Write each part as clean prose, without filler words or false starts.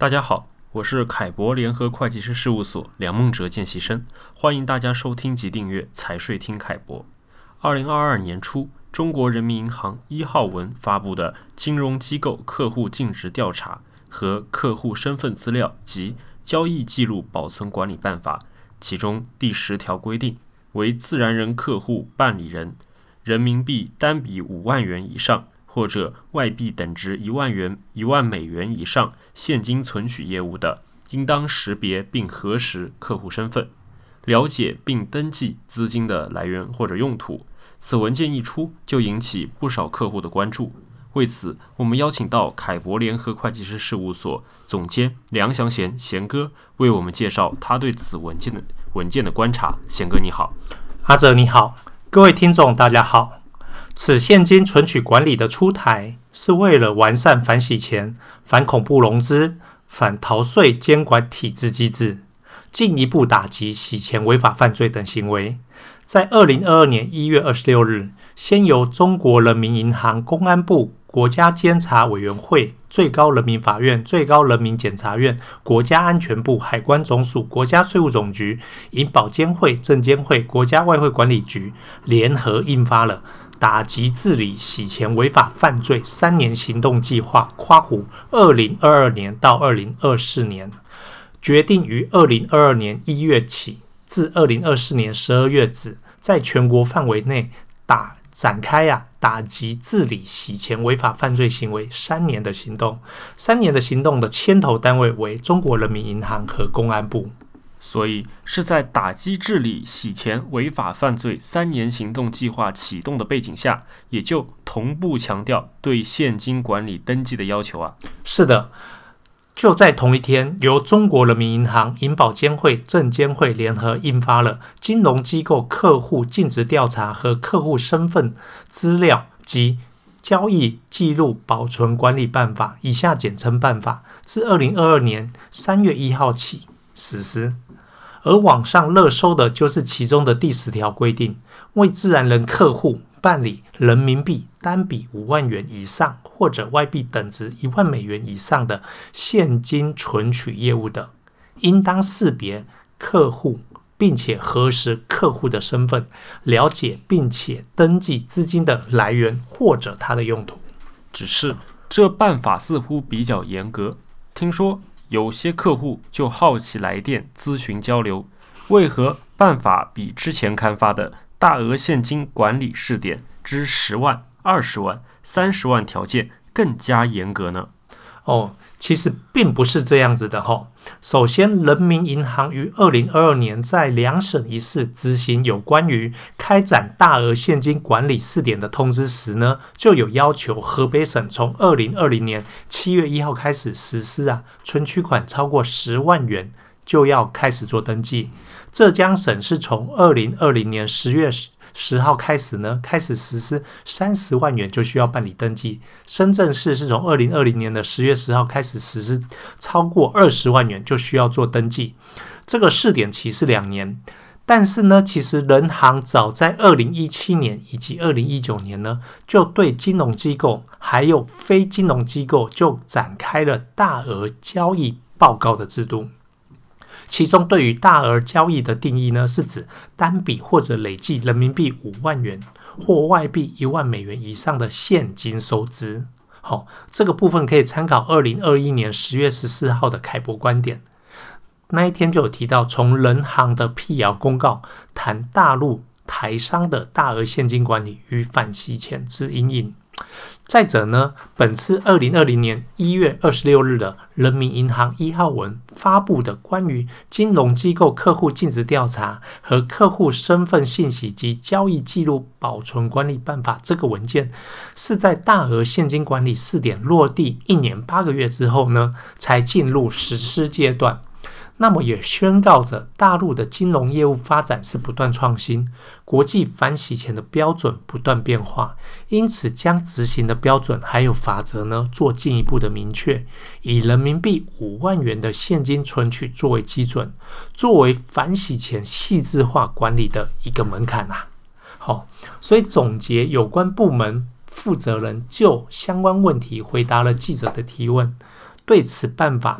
大家好，我是凯博联合会计师事务所梁梦哲见习生，欢迎大家收听及订阅财税听凯博。2022年初，中国人民银行1号文发布的《金融机构客户尽职调查和客户身份资料及交易记录保存管理办法》，其中第10条规定，为自然人客户办理人，人民币单笔5万元以上，或者外币等值1万美元以上现金存取业务的，应当识别并核实客户身份，了解并登记资金的来源或者用途。此文件一出，就引起不少客户的关注。为此，我们邀请到凯博联合会计师事务所总监梁祥贤贤哥为我们介绍他对此文件的观察。贤哥你好。 阿哲你好，各位听众大家好。此现金存取管理的出台，是为了完善反洗钱、反恐怖融资、反逃税监管体制机制，进一步打击洗钱违法犯罪等行为。在2022年1月26日，先由中国人民银行、公安部、国家监察委员会、最高人民法院、最高人民检察院、国家安全部、海关总署、国家税务总局、银保监会、证监会、国家外汇管理局联合印发了打击治理洗钱违法犯罪3年行动计划（2022年到2024年），决定于2022年1月起至2024年12月止，在全国范围内展开打击治理洗钱违法犯罪行为3年的行动。3年的行动的牵头单位为中国人民银行和公安部。 所以是在打击治理洗钱违法犯罪3年行动计划启动的背景下，也就同步强调对现金管理登记的要求啊。 是的，就在同一天，由中国人民银行、银保监会、证监会联合印发了《金融机构客户尽职调查和客户身份资料及交易记录保存管理办法》（以下简称办法），自2022年3月1号起实施。而网上热搜的就是其中的第10条规定，为自然人客户办理人民币单笔5万元以上，或者外币等值1万美元以上的现金存取业务的，应当识别客户，并且核实客户的身份，了解并且登记资金的来源或者它的用途。 只是这办法似乎比较严格，听说有些客户就好奇来电咨询交流，为何办法比之前刊发的大额现金管理试点之10万、20万、30万条件更加严格呢？ 其实并不是这样子的首先，人民银行于2022年在2省1市执行有关于开展大额现金管理试点的通知时呢，就有要求河北省从2020年7月1号开始实施存取款超过10万元就要开始做登记。浙江省是从2020年10月10号开始实施30万元就需要办理登记。深圳市是从2020年的10月10号开始实施超过20万元就需要做登记。这个试点期是2年。但是呢，其实人行早在2017年以及2019年呢，就对金融机构还有非金融机构就展开了大额交易报告的制度。其中对于大额交易的定义呢，是指单笔或者累计人民币5万元或外币1万美元以上的现金收支。这个部分可以参考2021年10月14号的凯博观点，那一天就有提到，从人行的辟谣公告谈大陆台商的大额现金管理与反洗钱之因应。再者呢，本次2020年1月26日的人民银行1号文发布的关于金融机构客户尽职调查和客户身份信息及交易记录保存管理办法，这个文件是在大额现金管理试点落地1年8个月之后呢，才进入实施阶段。那么也宣告着大陆的金融业务发展是不断创新，国际反洗钱的标准不断变化，因此将执行的标准还有法则呢做进一步的明确，以人民币5万元的现金存取作为基准，作为反洗钱细致化管理的一个门槛所以总结，有关部门负责人就相关问题回答了记者的提问，对此办法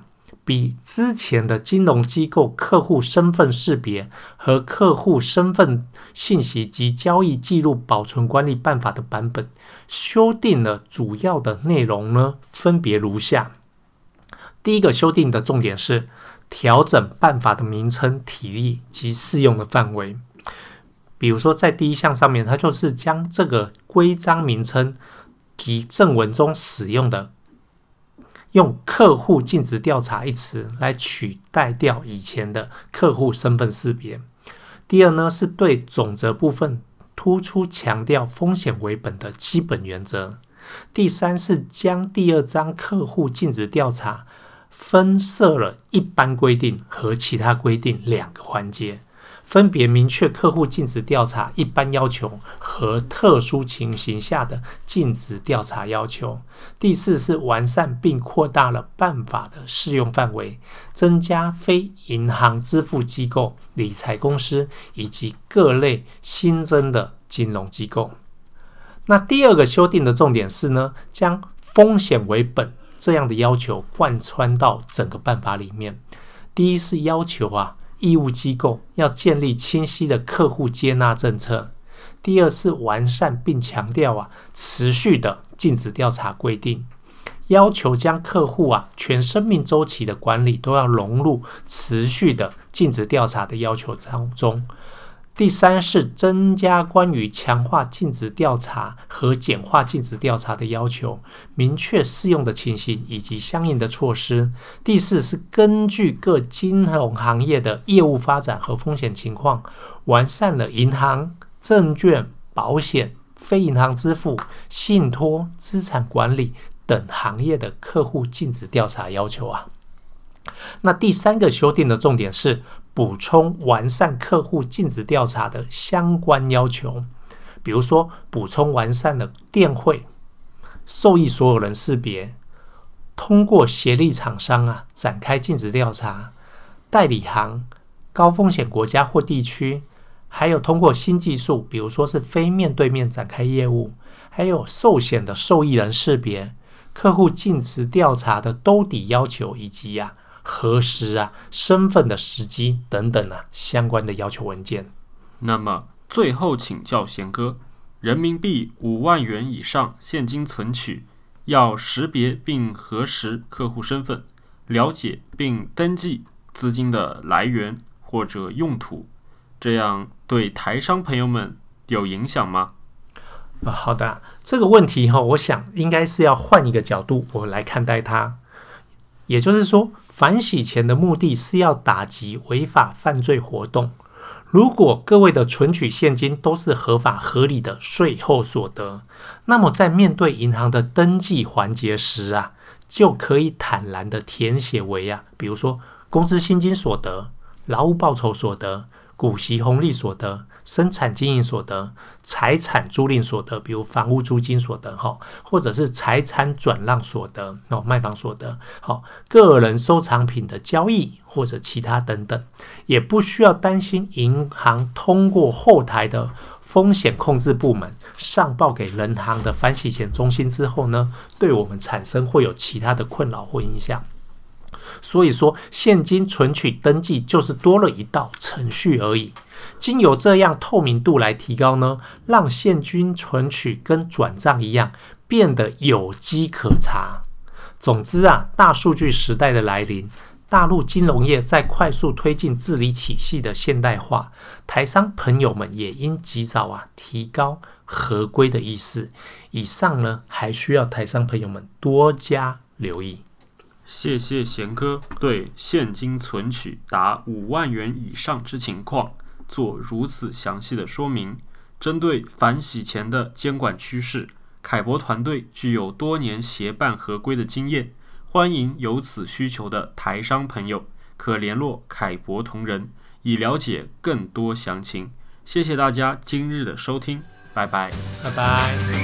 比之前的金融机构客户身份识别和客户身份信息及交易记录保存管理办法的版本修订了主要的内容呢，分别如下。第一个修订的重点是调整办法的名称、体例及适用的范围。比如说在第一项上面，它就是将这个规章名称及正文中使用的用客户尽职调查一词来取代掉以前的客户身份识别。第二呢，是对总则部分突出强调风险为本的基本原则。第三是将第二章客户尽职调查分设了一般规定和其他规定两个环节，分别明确客户尽职调查一般要求和特殊情形下的尽职调查要求。第四是完善并扩大了办法的适用范围，增加非银行支付机构、理财公司以及各类新增的金融机构。那第二个修订的重点是呢，将风险为本这样的要求贯穿到整个办法里面。第一是要求义务机构要建立清晰的客户接纳政策。第二是完善并强调持续的尽职调查规定，要求将客户全生命周期的管理都要融入持续的尽职调查的要求当中。第三是增加关于强化尽职调查和简化尽职调查的要求，明确适用的情形以及相应的措施。第四是根据各金融行业的业务发展和风险情况，完善了银行、证券、保险、非银行支付、信托、资产管理等行业的客户尽职调查要求那第三个修订的重点是补充完善客户尽职调查的相关要求，比如说补充完善了电汇、受益所有人识别、通过协力厂商展开尽职调查、代理行、高风险国家或地区，还有通过新技术，比如说是非面对面展开业务，还有寿险的受益人识别、客户尽职调查的兜底要求，以及核实身份的时机等等相关的要求文件。 那么最后请教贤哥，人民币5万元以上现金存取要识别并核实客户身份，了解并登记资金的来源或者用途，这样对台商朋友们有影响吗？ 好的，这个问题我想应该是要换一个角度我来看待它。也就是说，反洗钱的目的是要打击违法犯罪活动。如果各位的存取现金都是合法合理的税后所得，那么在面对银行的登记环节时就可以坦然的填写为比如说工资薪金所得、劳务报酬所得、股息红利所得、生产经营所得、财产租赁所得，比如房屋租金所得，或者是财产转让所得，卖房所得，个人收藏品的交易或者其他等等，也不需要担心银行通过后台的风险控制部门上报给人行的反洗钱中心之后呢，对我们产生会有其他的困扰或影响。所以说，现金存取登记就是多了一道程序而已。经由这样透明度来提高呢，让现金存取跟转账一样变得有机可查。总之大数据时代的来临，大陆金融业在快速推进治理体系的现代化，台商朋友们也应及早提高合规的意识。以上呢，还需要台商朋友们多加留意。 谢谢贤哥对现金存取达5万元以上之情况做如此详细的说明。针对反洗钱的监管趋势，凯博团队具有多年协办合规的经验，欢迎有此需求的台商朋友可联络凯博同仁，以了解更多详情。谢谢大家今日的收听，拜拜， 拜拜。